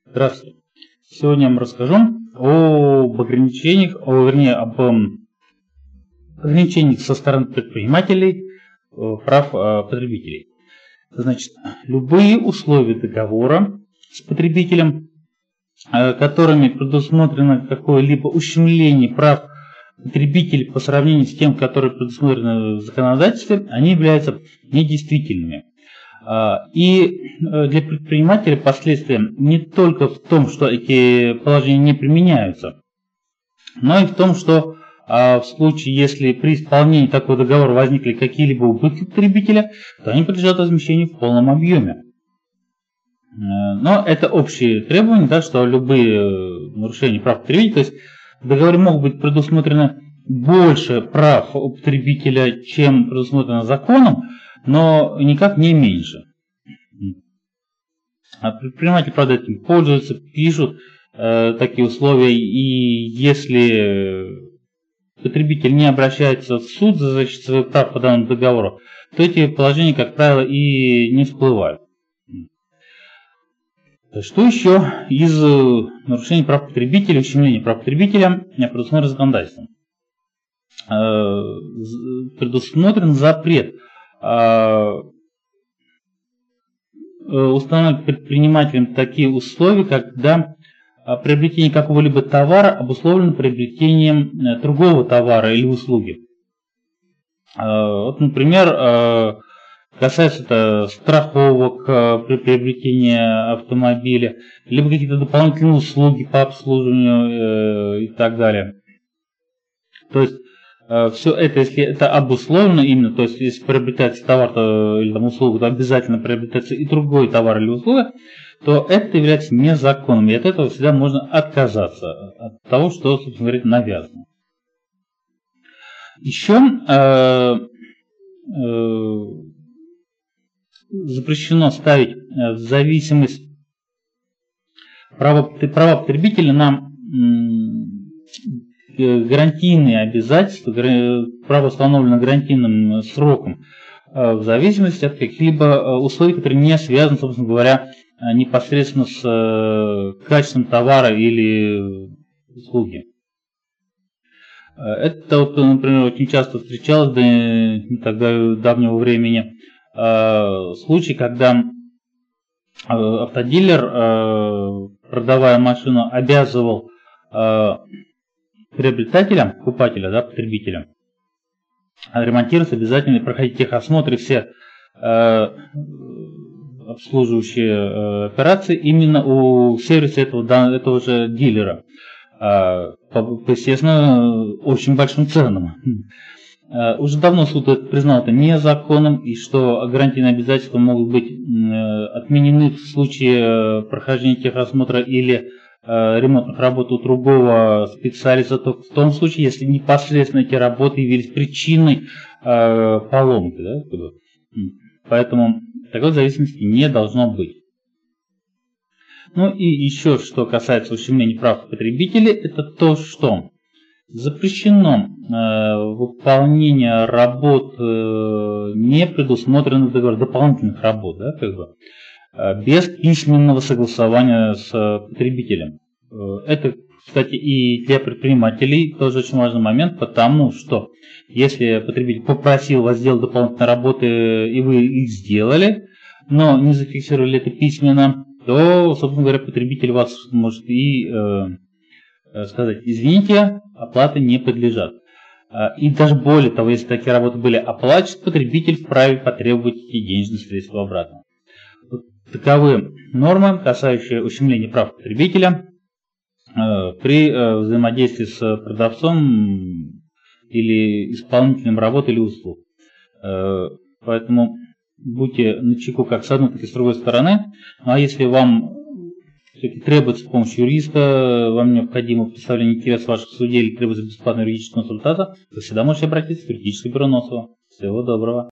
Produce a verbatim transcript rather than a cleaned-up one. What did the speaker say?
Здравствуйте. Сегодня я вам расскажу об ограничениях, о, вернее, об эм, ограничениях со стороны предпринимателей э, прав э, потребителей. Значит, любые условия договора с потребителем, э, которыми предусмотрено какое-либо ущемление прав потребителей по сравнению с тем, которые предусмотрены в законодательстве, они являются недействительными. И для предпринимателя последствия не только в том, что эти положения не применяются, но и в том, что в случае, если при исполнении такого договора возникли какие-либо убытки потребителя, то они подлежат возмещению в полном объеме. Но это общие требования, да, что любые нарушения прав потребителя, то есть в договоре могут быть предусмотрены больше прав потребителя, чем предусмотрено законом, но никак не меньше. А предприниматели, правда, этим пользуются, пишут э, такие условия, и если потребитель не обращается в суд за защиту своих прав по данному договору, то эти положения, как правило, и не всплывают. Что еще из нарушений прав потребителя, ущемления прав потребителя предусмотрено законодательством? Э, предусмотрен запрет устанавливать предпринимателям такие условия, когда приобретение какого-либо товара обусловлено приобретением другого товара или услуги. Вот, например, касается это страховок при приобретении автомобиля, либо какие-то дополнительные услуги по обслуживанию и так далее. То есть все это, если это обусловлено именно, то есть если приобретается товар то, или там, услуга, то обязательно приобретается и другой товар или услуга, то это является незаконным. И от этого всегда можно отказаться, от того, что, собственно говоря, навязано. Еще э, э, запрещено ставить в зависимость права, права потребителя на гарантийные обязательства, право установлено гарантийным сроком, в зависимости от каких-либо условий, которые не связаны, собственно говоря, непосредственно с качеством товара или услуги. Это, вот, например, очень часто встречалось до не тогда давнего времени случай, когда автодилер, продавая машину, обязывал приобретателя, покупателя, да, потребителя, ремонтировать обязательно, проходить техосмотры, все э, обслуживающие э, операции именно у сервиса этого, да, этого же дилера. Э, по, естественно, очень большим ценам. Э, уже давно суд это признал это незаконным, и что гарантийные обязательства могут быть э, отменены в случае прохождения техосмотра или ремонтных работ у другого специалиста, только в том случае, если непосредственно эти работы явились причиной э, поломки. Да? Поэтому такой зависимости не должно быть. Ну и еще, что касается ущемления прав потребителей, это то, что запрещено э, выполнение работ, э, не предусмотренных в договоре, дополнительных работ, да, как бы, без письменного согласования с потребителем. Это, кстати, и для предпринимателей тоже очень важный момент, потому что если потребитель попросил вас сделать дополнительные работы, и вы их сделали, но не зафиксировали это письменно, то, собственно говоря, потребитель вас может и э, сказать: извините, оплаты не подлежат. И даже более того, если такие работы были оплачены, потребитель вправе потребовать эти денежные средства обратно. Таковы нормы, касающиеся ущемления прав потребителя э, при э, взаимодействии с продавцом или исполнителем работы или услуг. Э, поэтому будьте начеку как с одной, так и с другой стороны. Ну, а если вам требуется помощь юриста, вам необходимо представление интересов ваших судей или требуется бесплатная юридическая консультация, вы всегда можете обратиться в юридическое бюро Носова. Всего доброго.